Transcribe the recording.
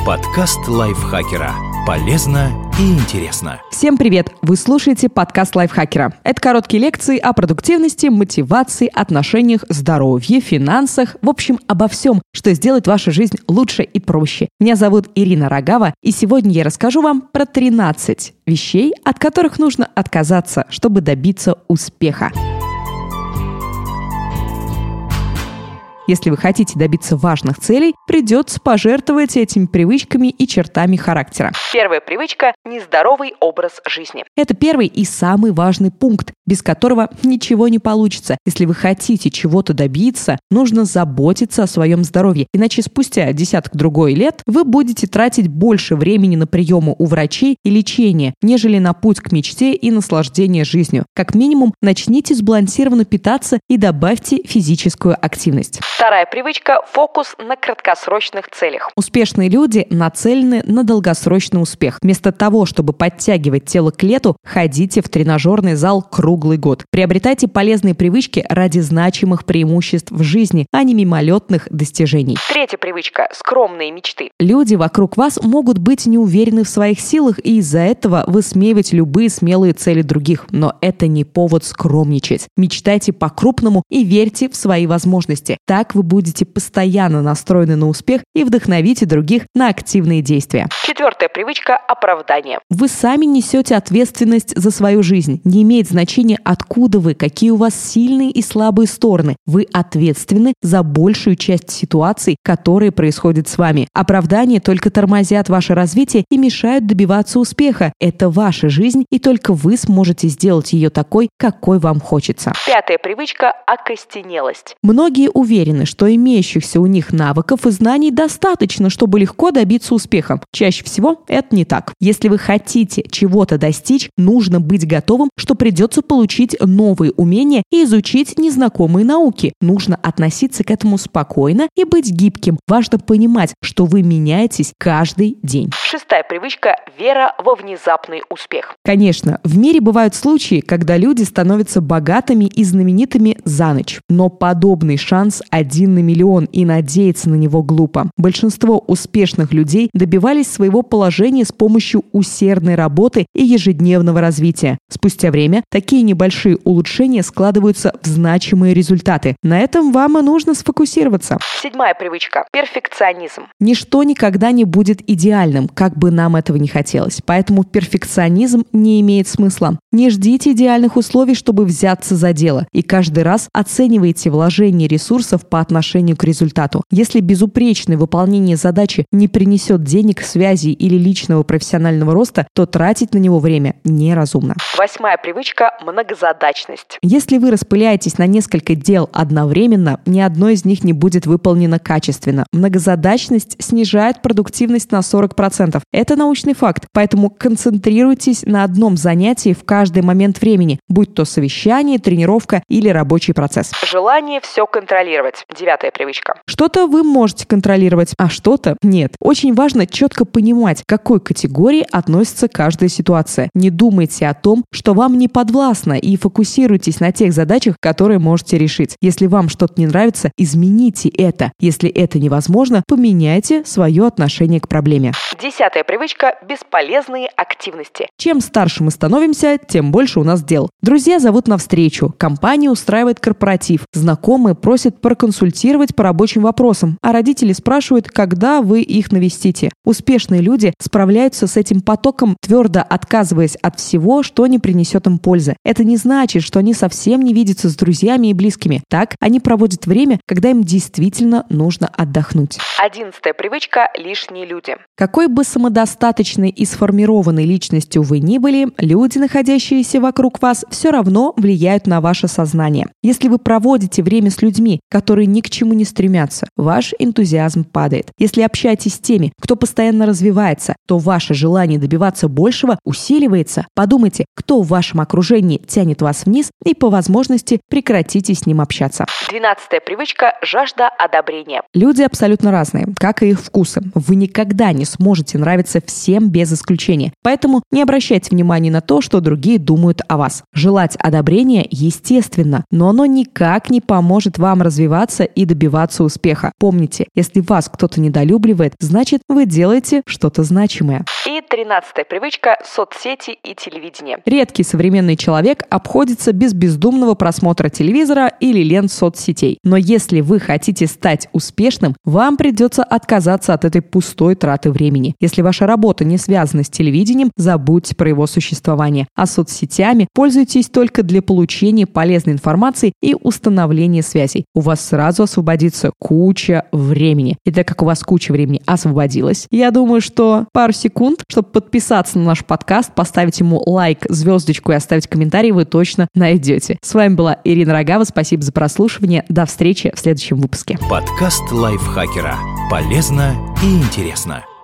Подкаст лайфхакера. Полезно и интересно. Всем привет! Вы слушаете подкаст лайфхакера. Это короткие лекции о продуктивности, мотивации, отношениях, здоровье, финансах. В общем, обо всем, что сделает вашу жизнь лучше и проще. Меня зовут Ирина Рогава, и сегодня я расскажу вам про 13 вещей, от которых нужно отказаться, чтобы добиться успеха. Если вы хотите добиться важных целей, придется пожертвовать этими привычками и чертами характера. Первая привычка – нездоровый образ жизни. Это первый и самый важный пункт, без которого ничего не получится. Если вы хотите чего-то добиться, нужно заботиться о своем здоровье. Иначе спустя десяток-другой лет вы будете тратить больше времени на приемы у врачей и лечение, нежели на путь к мечте и наслаждение жизнью. Как минимум, начните сбалансированно питаться и добавьте физическую активность. Вторая привычка – фокус на краткосрочных целях. Успешные люди нацелены на долгосрочный успех. Вместо того, чтобы подтягивать тело к лету, ходите в тренажерный зал круглый год. Приобретайте полезные привычки ради значимых преимуществ в жизни, а не мимолетных достижений. Третья привычка – скромные мечты. Люди вокруг вас могут быть не уверены в своих силах и из-за этого высмеивать любые смелые цели других. Но это не повод скромничать. Мечтайте по-крупному и верьте в свои возможности. Так вы будете постоянно настроены на успех и вдохновите других на активные действия. Четвертая привычка – оправдание. Вы сами несете ответственность за свою жизнь. Не имеет значения, откуда вы, какие у вас сильные и слабые стороны. Вы ответственны за большую часть ситуаций, которые происходят с вами. Оправдания только тормозят ваше развитие и мешают добиваться успеха. Это ваша жизнь, и только вы сможете сделать ее такой, какой вам хочется. Пятая привычка – окостенелость. Многие уверены, что имеющихся у них навыков и знаний достаточно, чтобы легко добиться успеха. Чаще всего это не так. Если вы хотите чего-то достичь, нужно быть готовым, что придется получить новые умения и изучить незнакомые науки. Нужно относиться к этому спокойно и быть гибким. Важно понимать, что вы меняетесь каждый день. Шестая привычка – вера во внезапный успех. Конечно, в мире бывают случаи, когда люди становятся богатыми и знаменитыми за ночь. Но подобный шанс 1 на миллион, и надеяться на него глупо. Большинство успешных людей добивались своего положения с помощью усердной работы и ежедневного развития. Спустя время такие небольшие улучшения складываются в значимые результаты. На этом вам и нужно сфокусироваться. Седьмая привычка – перфекционизм. Ничто никогда не будет идеальным, как бы нам этого не хотелось. Поэтому перфекционизм не имеет смысла. Не ждите идеальных условий, чтобы взяться за дело. И каждый раз оценивайте вложение ресурсов по отношению к результату. Если безупречное выполнение задачи не принесет денег, связей или личного профессионального роста, то тратить на него время неразумно. Восьмая привычка – многозадачность. Если вы распыляетесь на несколько дел одновременно, ни одно из них не будет выполнено качественно. Многозадачность снижает продуктивность на 40%. Это научный факт, поэтому концентрируйтесь на одном занятии в каждый момент времени, будь то совещание, тренировка или рабочий процесс. Желание все контролировать. Девятая привычка. Что-то вы можете контролировать, а что-то нет. Очень важно четко понимать, к какой категории относится каждая ситуация. Не думайте о том, что вам не подвластно, и фокусируйтесь на тех задачах, которые можете решить. Если вам что-то не нравится, измените это. Если это невозможно, поменяйте свое отношение к проблеме. Десятая привычка – бесполезные активности. Чем старше мы становимся, тем больше у нас дел. Друзья зовут на встречу, компания устраивает корпоратив, знакомые просят проконсультировать по рабочим вопросам, а родители спрашивают, когда вы их навестите. Успешные люди справляются с этим потоком, твердо отказываясь от всего, что не принесет им пользы. Это не значит, что они совсем не видятся с друзьями и близкими. Так, они проводят время, когда им действительно нужно отдохнуть. 11-я привычка – лишние люди. Какой бы самодостаточной и сформированной личностью вы ни были, люди, находящиеся вокруг вас, все равно влияют на ваше сознание. Если вы проводите время с людьми, которые ни к чему не стремятся, ваш энтузиазм падает. Если общаетесь с теми, кто постоянно развивается, то ваше желание добиваться большего усиливается. Подумайте, кто в вашем окружении тянет вас вниз, и по возможности прекратите с ним общаться. 12-я привычка – жажда одобрения. Люди абсолютно разные, как и их вкусы. Вы никогда не сможете нравиться всем без исключения. Поэтому не обращайте внимания на то, что другие думают о вас. Желать одобрения естественно, но оно никак не поможет вам развиваться развиваться и добиваться успеха. Помните, если вас кто-то недолюбливает, значит, вы делаете что-то значимое. И 13-я привычка – соцсети и телевидение. Редкий современный человек обходится без бездумного просмотра телевизора или лент соцсетей. Но если вы хотите стать успешным, вам придется отказаться от этой пустой траты времени. Если ваша работа не связана с телевидением, забудьте про его существование. А соцсетями пользуйтесь только для получения полезной информации и установления связей. У вас сразу освободится куча времени. И так как у вас куча времени освободилась, я думаю, что пару секунд, чтобы подписаться на наш подкаст, поставить ему лайк, звездочку и оставить комментарий, вы точно найдете. С вами была Ирина Рогава. Спасибо за прослушивание. До встречи в следующем выпуске. Подкаст лайфхакера. Полезно и интересно.